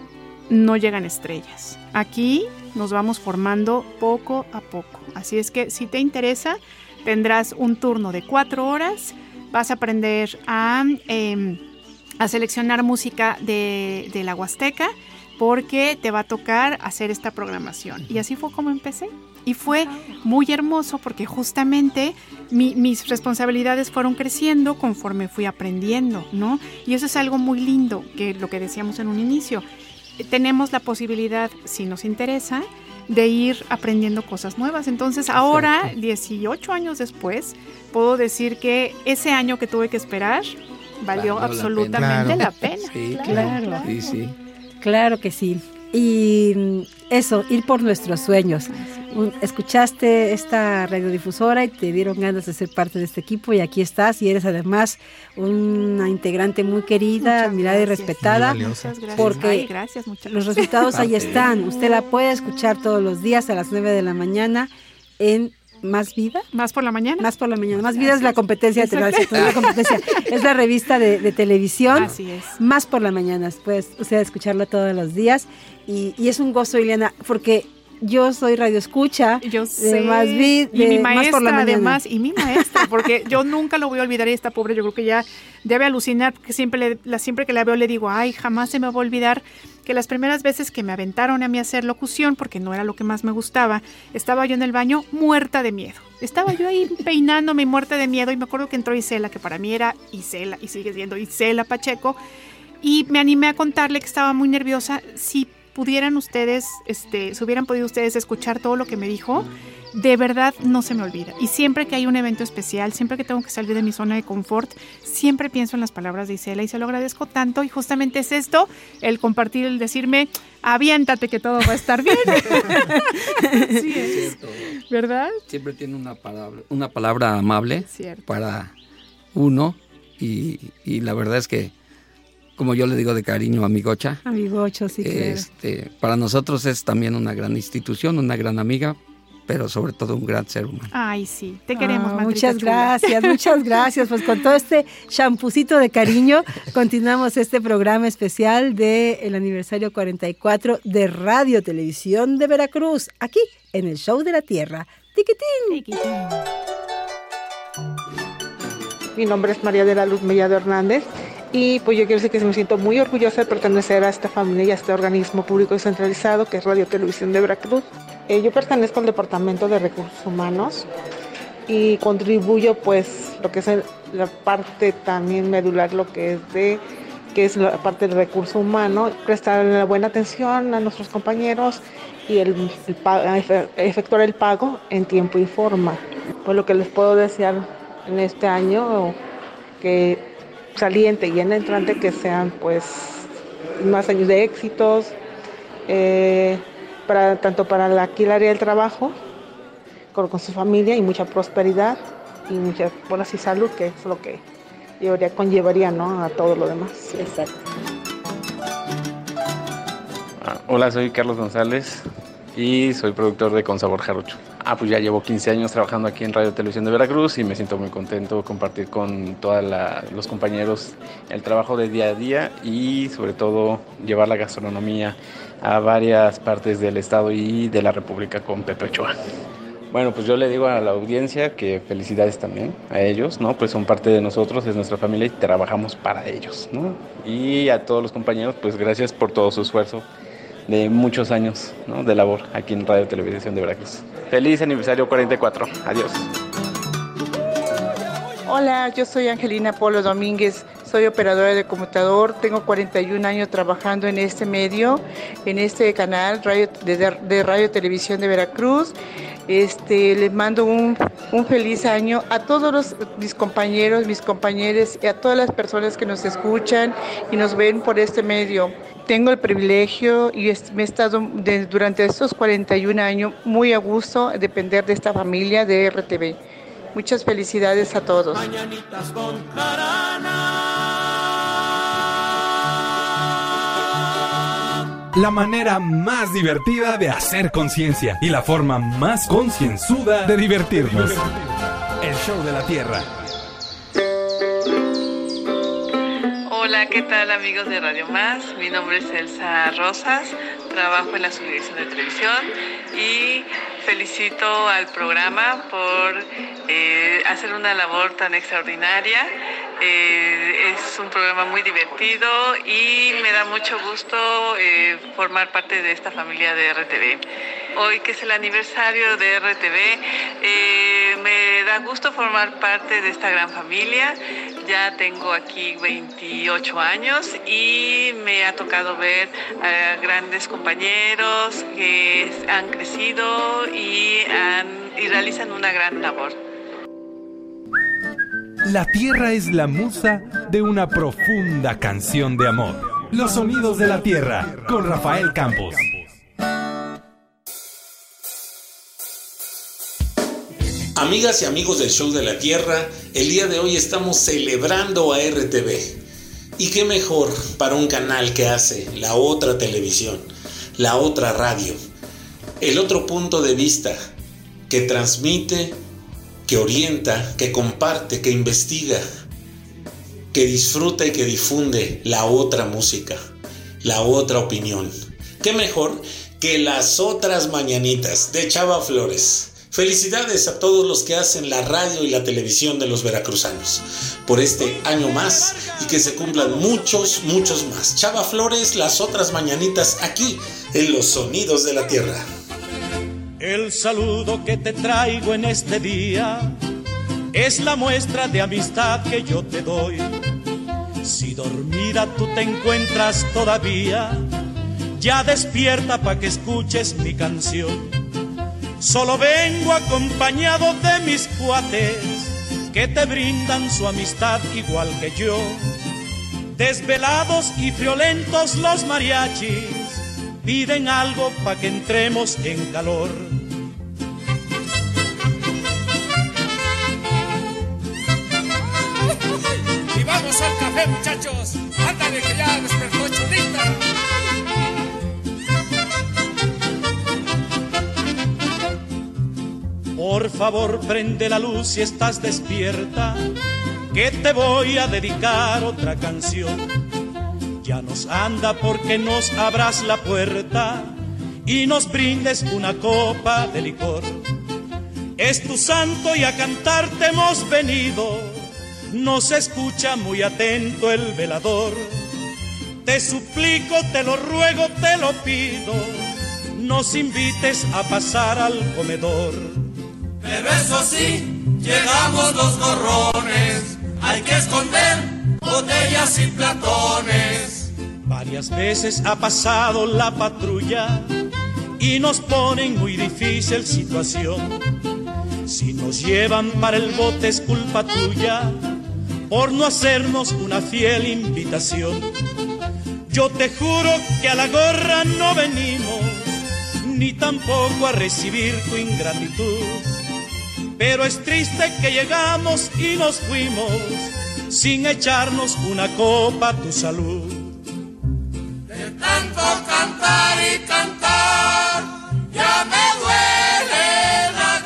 [SPEAKER 4] no llegan estrellas. Aquí nos vamos formando poco a poco. Así es que si te interesa, tendrás un turno de cuatro horas. Vas a aprender a, eh, a seleccionar música de, de la Huasteca, porque te va a tocar hacer esta programación. Y así fue como empecé. Y fue muy hermoso porque justamente mi, mis responsabilidades fueron creciendo conforme fui aprendiendo, ¿no? Y eso es algo muy lindo, que lo que decíamos en un inicio. Tenemos la posibilidad, si nos interesa, de ir aprendiendo cosas nuevas. Entonces ahora, Exacto. dieciocho años después, puedo decir que ese año que tuve que esperar valió
[SPEAKER 6] Valió
[SPEAKER 4] absolutamente
[SPEAKER 5] la
[SPEAKER 4] la pena.
[SPEAKER 6] Claro. Sí,
[SPEAKER 4] claro,
[SPEAKER 2] claro.
[SPEAKER 4] claro.
[SPEAKER 6] Sí, sí.
[SPEAKER 2] Claro que sí. Y eso, ir por nuestros sueños. Un, escuchaste esta radiodifusora y te dieron ganas de ser parte de este equipo, y aquí estás, y eres además una integrante muy querida, muchas admirada gracias. Y respetada.
[SPEAKER 4] Muchas gracias.
[SPEAKER 2] Porque
[SPEAKER 4] Ay, gracias, muchas
[SPEAKER 2] los
[SPEAKER 4] gracias.
[SPEAKER 2] resultados ahí están. Usted la puede escuchar todos los días a las nueve de la mañana en Más Vida.
[SPEAKER 4] ¿Más por la mañana?
[SPEAKER 2] Más por la mañana. Más Vida es la competencia de televisión. Es la competencia. Es la revista de, de televisión.
[SPEAKER 4] Así es.
[SPEAKER 2] Más por la mañana. Puede usted escucharlo todos los días. Y, y es un gozo, Ileana, porque yo soy radio escucha.
[SPEAKER 4] Yo sé.
[SPEAKER 2] De Más Vid,
[SPEAKER 4] y mi
[SPEAKER 2] de
[SPEAKER 4] maestra,
[SPEAKER 2] Más por la Mañana.
[SPEAKER 4] además, y mi maestra, porque yo nunca lo voy a olvidar, y esta pobre, yo creo que ya debe alucinar, porque siempre, le, la, siempre que la veo le digo, ay, jamás se me va a olvidar que las primeras veces que me aventaron a mí a hacer locución, porque no era lo que más me gustaba, estaba yo en el baño muerta de miedo. Estaba yo ahí peinándome muerta de miedo, y me acuerdo que entró Isela, que para mí era Isela, y sigue siendo Isela Pacheco, y me animé a contarle que estaba muy nerviosa. Si pudieran ustedes, este, si hubieran podido ustedes escuchar todo lo que me dijo, de verdad no se me olvida. Y siempre que hay un evento especial, siempre que tengo que salir de mi zona de confort, siempre pienso en las palabras de Isela y se lo agradezco tanto. Y justamente es esto, el compartir, el decirme, aviéntate que todo va a estar bien. Sí es. Cierto. ¿Verdad?
[SPEAKER 6] Siempre tiene una palabra, una palabra amable
[SPEAKER 4] Cierto.
[SPEAKER 6] Para uno y, y la verdad es que, como yo le digo de cariño a mi Gocha,
[SPEAKER 2] Amigocho, sí,
[SPEAKER 6] este,
[SPEAKER 2] claro.
[SPEAKER 6] Para nosotros es también una gran institución, una gran amiga, pero sobre todo un gran ser humano.
[SPEAKER 4] Ay, sí, te queremos,
[SPEAKER 2] Ah,
[SPEAKER 4] Mandrita
[SPEAKER 2] muchas
[SPEAKER 4] chula.
[SPEAKER 2] gracias, muchas gracias. Pues con todo este champucito de cariño, continuamos este programa especial del aniversario cuarenta y cuatro de Radio Televisión de Veracruz, aquí en el Show de la Tierra. ¡Tiquitín!
[SPEAKER 4] Tiquitín.
[SPEAKER 13] Mi nombre es María de la Luz Mellado Hernández y pues yo quiero decir que me siento muy orgullosa de pertenecer a esta familia y a este organismo público descentralizado que es Radio Televisión de Veracruz. Eh, yo pertenezco al Departamento de Recursos Humanos y contribuyo pues lo que es el, la parte también medular, lo que es de que es la parte del recurso humano, prestar la buena atención a nuestros compañeros y el, el pago, efectuar el pago en tiempo y forma. Pues lo que les puedo desear en este año, que saliente y en entrante, que sean pues más años de éxitos, eh, para, tanto para la, aquí el área del trabajo, con, con su familia, y mucha prosperidad y mucha buenas y salud, que es lo que yo conllevaría, ¿no?, a todo lo demás.
[SPEAKER 2] Exacto.
[SPEAKER 14] Ah, hola, soy Carlos González y soy productor de Con Sabor Jarocho. Ah, pues ya llevo quince años trabajando aquí en Radio Televisión de Veracruz y me siento muy contento de compartir con todos los compañeros el trabajo de día a día y sobre todo llevar la gastronomía a varias partes del estado y de la República con Pepe Ochoa. Bueno, pues yo le digo a la audiencia que felicidades también a ellos, ¿no? Pues son parte de nosotros, es nuestra familia y trabajamos para ellos, ¿no? Y a todos los compañeros, pues gracias por todo su esfuerzo de muchos años, ¿no?, de labor aquí en Radio Televisión de Veracruz. Feliz aniversario cuarenta y cuatro. Adiós.
[SPEAKER 13] Hola, yo soy Angelina Polo Domínguez, soy operadora de computador, tengo cuarenta y un años trabajando en este medio, en este canal radio, de, de Radio Televisión de Veracruz. Este, les mando un, un feliz año a todos los, mis compañeros, mis compañeros y a todas las personas que nos escuchan y nos ven por este medio. Tengo el privilegio y me he estado de, durante estos cuarenta y un años muy a gusto de depender de esta familia de R T V. Muchas felicidades a todos.
[SPEAKER 9] Mañanitas con jarana.
[SPEAKER 10] La manera más divertida de hacer conciencia y la forma más concienzuda de divertirnos. El Show de la Tierra.
[SPEAKER 15] Hola, ¿qué tal amigos de Radio Más? Mi nombre es Elsa Rosas, trabajo en la subdirección de televisión y felicito al programa por eh, hacer una labor tan extraordinaria. Eh, es un programa muy divertido y me da mucho gusto eh, formar parte de esta familia de R T V. Hoy que es el aniversario de R T V, eh, me da gusto formar parte de esta gran familia. Ya tengo aquí veintiocho años y me ha tocado ver a grandes compañeros que han crecido y, han, y realizan una gran labor.
[SPEAKER 10] La tierra es la musa de una profunda canción de amor. Los sonidos de la tierra, con Rafael Campos.
[SPEAKER 16] Amigas y amigos del Show de la Tierra, el día de hoy estamos celebrando a R T V. Y qué mejor para un canal que hace la otra televisión, la otra radio, el otro punto de vista, que transmite, que orienta, que comparte, que investiga, que disfruta y que difunde la otra música, la otra opinión. Qué mejor que las otras mañanitas, de Chava Flores. Felicidades a todos los que hacen la radio y la televisión de los veracruzanos por este año más y que se cumplan muchos, muchos más. Chava Flores, las otras mañanitas, aquí en Los Sonidos de la Tierra.
[SPEAKER 9] El saludo que te traigo en este día es la muestra de amistad que yo te doy. Si dormida tú te encuentras todavía, ya despierta pa' que escuches mi canción. Solo vengo acompañado de mis cuates que te brindan su amistad igual que yo. Desvelados y friolentos los mariachis piden algo pa' que entremos en calor.
[SPEAKER 17] Y vamos al café, muchachos. Ándale que ya despertó Chulita.
[SPEAKER 9] Por favor, prende la luz si estás despierta, que te voy a dedicar otra canción. Ya nos anda porque nos abras la puerta y nos brindes una copa de licor. Es tu santo y a cantarte hemos venido, nos escucha muy atento el velador. Te suplico, te lo ruego, te lo pido, nos invites a pasar al comedor.
[SPEAKER 17] Pero eso sí, llegamos los gorrones, hay que esconder botellas y platones.
[SPEAKER 9] Varias veces ha pasado la patrulla y nos ponen muy difícil situación. Si nos llevan para el bote es culpa tuya por no hacernos una fiel invitación. Yo te juro que a la gorra no venimos, ni tampoco a recibir tu ingratitud. Pero es triste que llegamos y nos fuimos sin echarnos una copa a tu salud.
[SPEAKER 17] De tanto cantar y cantar, ya me duele la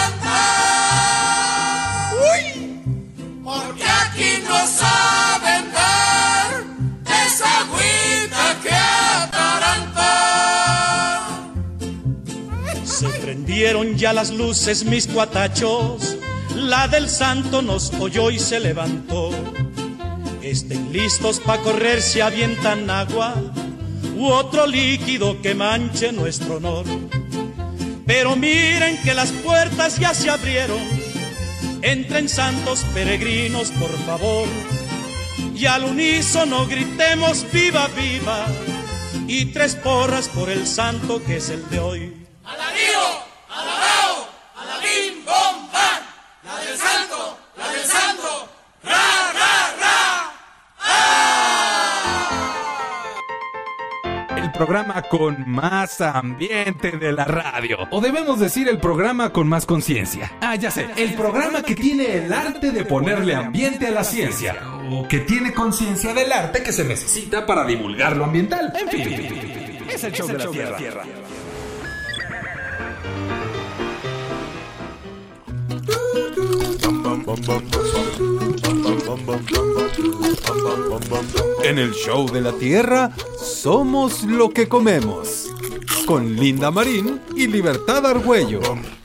[SPEAKER 17] garganta. Uy, porque aquí no saben dar esa agüita que ataranta.
[SPEAKER 9] Se prendieron ya las luces, mis cuatachos, la del santo nos oyó y se levantó. Estén listos pa' correr si avientan agua u otro líquido que manche nuestro honor. Pero miren que las puertas ya se abrieron, entren santos peregrinos por favor, y al unísono gritemos viva viva y tres porras por el santo que es el de hoy.
[SPEAKER 17] ¡Alabío! ¡Alabao! ¡Alabim! ¡Bom! ¡Bam! ¡La del santo! ¡La del santo! ¡Ra! ¡Ra! ¡Ra! ¡Ah!
[SPEAKER 10] El programa con más ambiente de la radio. O debemos decir el programa con más conciencia. Ah, ya sé. El programa que tiene el arte de ponerle ambiente a la ciencia. O que tiene conciencia del arte que se necesita para divulgar lo ambiental. En fin, es el show de la tierra.
[SPEAKER 1] En el show de la Tierra somos lo que comemos. Con Linda Marín y Libertad Argüello.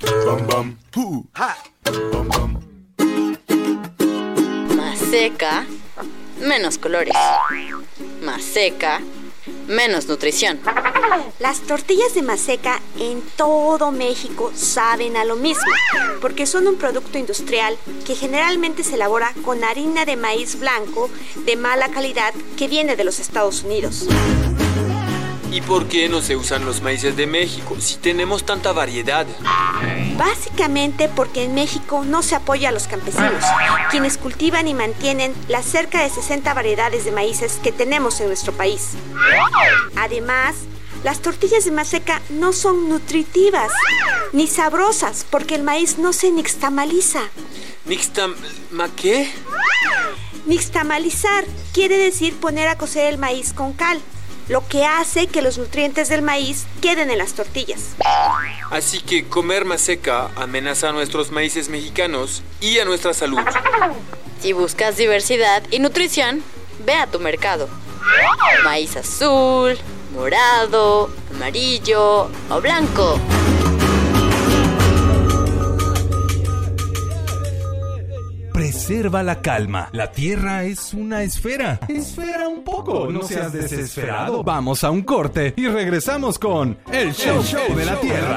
[SPEAKER 18] Más seca, menos colores. Más seca, menos nutrición.
[SPEAKER 19] Las tortillas de maseca en todo México saben a lo mismo, porque son un producto industrial que generalmente se elabora con harina de maíz blanco de mala calidad que viene de los Estados Unidos.
[SPEAKER 20] ¿Y por qué no se usan los maíces de México si tenemos tanta variedad?
[SPEAKER 19] Básicamente porque en México no se apoya a los campesinos, quienes cultivan y mantienen las cerca de sesenta variedades de maíces que tenemos en nuestro país. Además, las tortillas de maseca no son nutritivas ni sabrosas porque el maíz no se nixtamaliza.
[SPEAKER 20] ¿Nixtam... ma qué?
[SPEAKER 19] Nixtamalizar quiere decir poner a cocer el maíz con cal, lo que hace que los nutrientes del maíz queden en las tortillas.
[SPEAKER 20] Así que comer maseca amenaza a nuestros maíces mexicanos y a nuestra salud.
[SPEAKER 18] Si buscas diversidad y nutrición, ve a tu mercado. Maíz azul, morado, amarillo o blanco.
[SPEAKER 10] Preserva la calma. La Tierra es una esfera. Espera un poco, no seas desesperado. Vamos a un corte y regresamos con El Show, el show de la Tierra.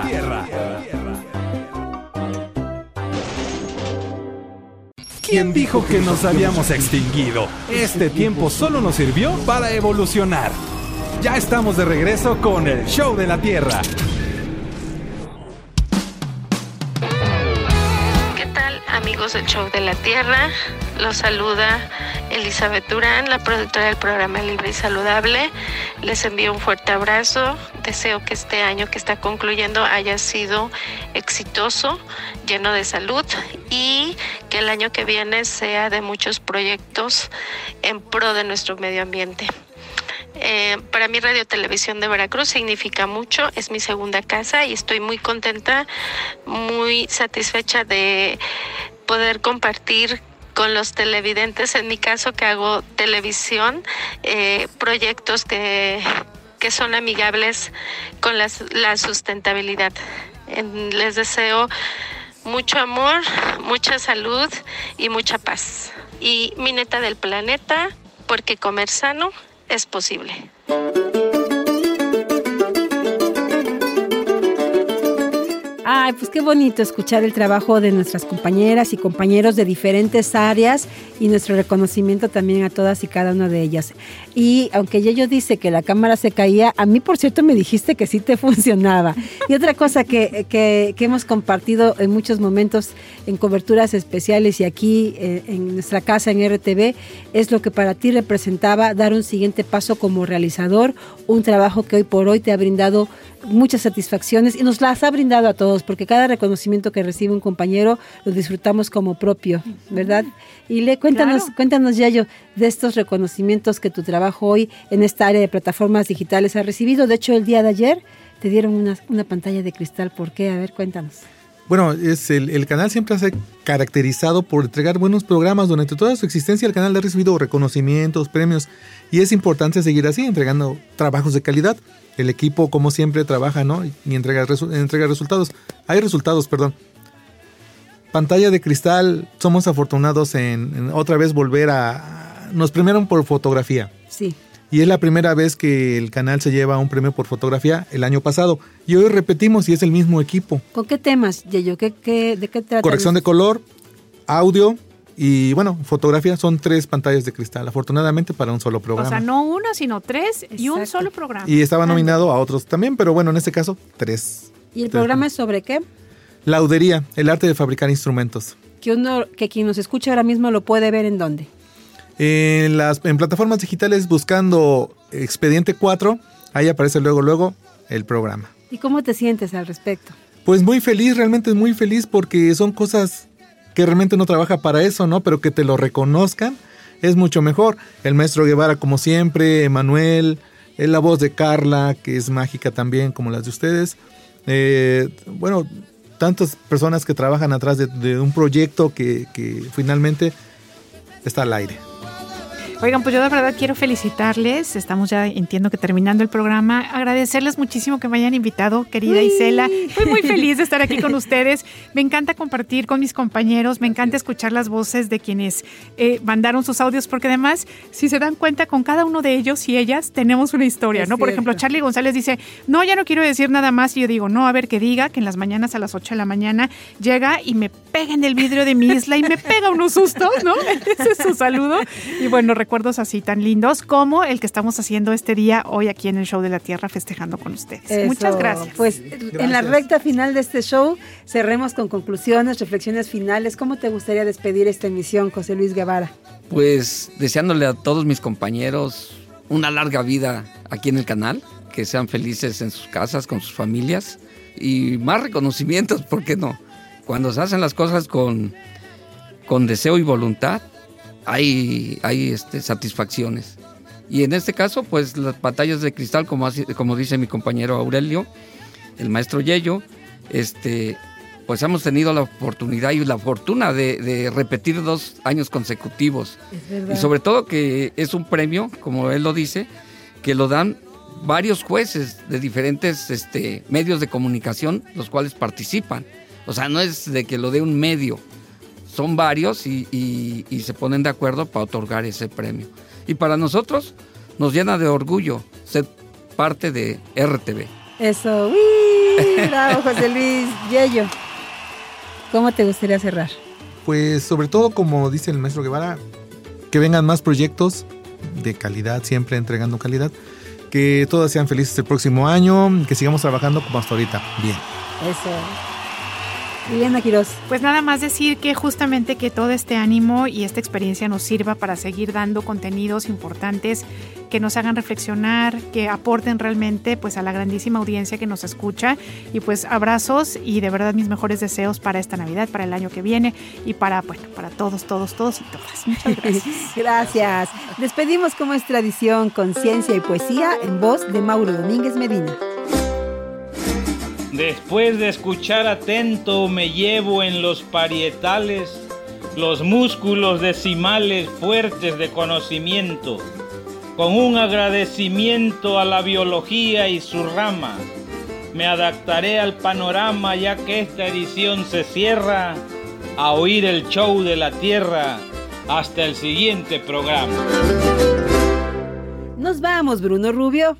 [SPEAKER 10] ¿Quién dijo que nos habíamos extinguido? Este tiempo solo nos sirvió para evolucionar. Ya estamos de regreso con El Show de la Tierra.
[SPEAKER 21] ¿Qué tal, amigos del Show de la Tierra? Los saluda Elizabeth Durán, la productora del programa Libre y Saludable. Les envío un fuerte abrazo. Deseo que este año que está concluyendo haya sido exitoso, lleno de salud, y que el año que viene sea de muchos proyectos en pro de nuestro medio ambiente. Eh, para mí Radio Televisión de Veracruz significa mucho, es mi segunda casa y estoy muy contenta, muy satisfecha de poder compartir con los televidentes, en mi caso que hago televisión, eh, proyectos que, que son amigables con las, la sustentabilidad. En, les deseo mucho amor, mucha salud y mucha paz. Y mi neta del planeta, porque comer sano es posible.
[SPEAKER 2] Ay, pues qué bonito escuchar el trabajo de nuestras compañeras y compañeros de diferentes áreas y nuestro reconocimiento también a todas y cada una de ellas. Y aunque Yayo dice que la cámara se caía, a mí, por cierto, me dijiste que sí te funcionaba. Y otra cosa que, que, que hemos compartido en muchos momentos en coberturas especiales y aquí eh, en nuestra casa en R T V, es lo que para ti representaba dar un siguiente paso como realizador, un trabajo que hoy por hoy te ha brindado muchas satisfacciones y nos las ha brindado a todos, porque cada reconocimiento que recibe un compañero lo disfrutamos como propio, ¿verdad? Y le cuéntanos, claro. cuéntanos, Yayo, de estos reconocimientos que tu trabajo hoy en esta área de plataformas digitales ha recibido. De hecho, el día de ayer te dieron una, una pantalla de cristal. ¿Por qué? A ver, cuéntanos.
[SPEAKER 5] Bueno, es el, el canal siempre se ha caracterizado por entregar buenos programas. Durante toda su existencia el canal ha recibido reconocimientos, premios, y es importante seguir así, entregando trabajos de calidad. El equipo, como siempre, trabaja, ¿no? Y entrega, resu- entrega resultados. Hay resultados, perdón. Pantalla de cristal, somos afortunados en, en otra vez volver a... Nos premiaron por fotografía.
[SPEAKER 2] Sí.
[SPEAKER 5] Y es la primera vez que el canal se lleva un premio por fotografía el año pasado. Y hoy repetimos y es el mismo equipo.
[SPEAKER 2] ¿Con qué temas, Yayo? ¿Qué, qué, ¿De qué trata?
[SPEAKER 5] Corrección de color, audio y, bueno, fotografía. Son tres pantallas de cristal, afortunadamente para un solo programa.
[SPEAKER 4] O sea, no una, sino tres. Exacto. Y un solo programa.
[SPEAKER 5] Y estaba nominado a otros también, pero bueno, en este caso, tres.
[SPEAKER 2] ¿Y el
[SPEAKER 5] tres.
[SPEAKER 2] programa es sobre qué?
[SPEAKER 5] Laudería, el arte de fabricar instrumentos.
[SPEAKER 2] Que uno, que quien nos escucha ahora mismo lo puede ver ¿en dónde?
[SPEAKER 5] En las en plataformas digitales buscando Expediente cuatro, ahí aparece luego, luego el programa.
[SPEAKER 2] ¿Y cómo te sientes al respecto?
[SPEAKER 5] Pues muy feliz, realmente muy feliz, porque son cosas que realmente no trabaja para eso, ¿no? Pero que te lo reconozcan es mucho mejor. El maestro Guevara, como siempre, Emanuel, la voz de Carla, que es mágica también, como las de ustedes. Eh, bueno, tantas personas que trabajan atrás de, de un proyecto que, que finalmente está al aire.
[SPEAKER 4] Oigan, pues yo de verdad quiero felicitarles. Estamos ya, entiendo que terminando el programa. Agradecerles muchísimo que me hayan invitado, querida Uy. Isela. Estoy muy feliz de estar aquí con ustedes. Me encanta compartir con mis compañeros. Me encanta escuchar las voces de quienes eh, mandaron sus audios, porque además, si se dan cuenta, con cada uno de ellos y ellas tenemos una historia, es ¿no? Cierto. Por ejemplo, Charlie González dice, no, ya no quiero decir nada más. Y yo digo, no, a ver, que diga que en las mañanas a las ocho de la mañana llega y me pega en el vidrio de mi isla y me pega unos sustos, ¿no? Ese es su saludo. Y bueno, recuerdos así tan lindos como el que estamos haciendo este día hoy aquí en el Show de la Tierra, festejando con ustedes.
[SPEAKER 2] Eso.
[SPEAKER 4] Muchas gracias.
[SPEAKER 2] Pues gracias. En la recta final de este show cerremos con conclusiones, reflexiones finales. ¿Cómo te gustaría despedir esta emisión, José Luis Guevara?
[SPEAKER 6] Pues deseándole a todos mis compañeros una larga vida aquí en el canal, que sean felices en sus casas, con sus familias, y más reconocimientos, ¿por qué no? Cuando se hacen las cosas con, con deseo y voluntad, hay, hay este, satisfacciones. Y en este caso, pues las pantallas de cristal, como, como dice mi compañero Aurelio, el maestro Yayo, este, pues hemos tenido la oportunidad y la fortuna de, de repetir dos años consecutivos.
[SPEAKER 2] Es verdad.
[SPEAKER 6] Y sobre todo que es un premio, como él lo dice, que lo dan varios jueces de diferentes este, medios de comunicación, los cuales participan. O sea, no es de que lo dé un medio, son varios y, y, y se ponen de acuerdo para otorgar ese premio. Y para nosotros nos llena de orgullo ser parte de R T V.
[SPEAKER 2] Eso, ¡uy! Bravo, José Luis. Yello, ¿cómo te gustaría cerrar?
[SPEAKER 5] Pues sobre todo, como dice el maestro Guevara, que vengan más proyectos de calidad, siempre entregando calidad, que todas sean felices el próximo año, que sigamos trabajando como hasta ahorita. Bien.
[SPEAKER 2] Eso. Liliana Quiroz.
[SPEAKER 4] Pues nada más decir que justamente que todo este ánimo y esta experiencia nos sirva para seguir dando contenidos importantes que nos hagan reflexionar, que aporten realmente pues a la grandísima audiencia que nos escucha, y pues abrazos y de verdad mis mejores deseos para esta Navidad, para el año que viene y para, bueno, para todos, todos, todos y todas. Muchas gracias.
[SPEAKER 2] Gracias. Despedimos como es tradición con ciencia y poesía en voz de Mauro Domínguez Medina.
[SPEAKER 3] Después de escuchar atento, me llevo en los parietales los músculos decimales fuertes de conocimiento, con un agradecimiento a la biología y su rama. Me adaptaré al panorama ya que esta edición se cierra, a oír el show de la Tierra. Hasta el siguiente programa.
[SPEAKER 2] Nos vamos, Bruno Rubio.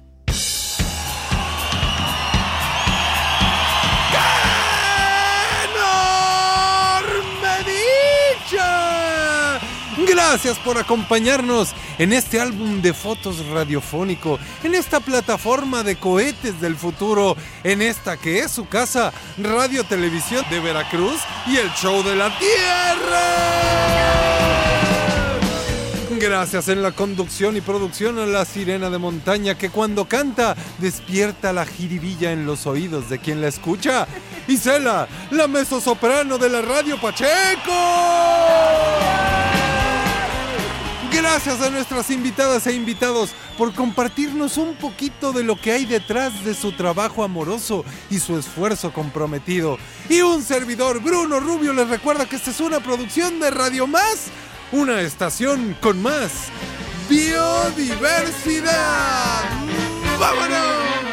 [SPEAKER 1] Gracias por acompañarnos en este álbum de fotos radiofónico, en esta plataforma de cohetes del futuro, en esta que es su casa, Radio Televisión de Veracruz y el Show de la Tierra. Gracias en la conducción y producción a la sirena de montaña que cuando canta despierta la jiribilla en los oídos de quien la escucha. Isela, la mezzosoprano de la Radio Pacheco. Gracias a nuestras invitadas e invitados por compartirnos un poquito de lo que hay detrás de su trabajo amoroso y su esfuerzo comprometido. Y un servidor, Bruno Rubio, les recuerda que esta es una producción de Radio Más, una estación con más biodiversidad. ¡Vámonos!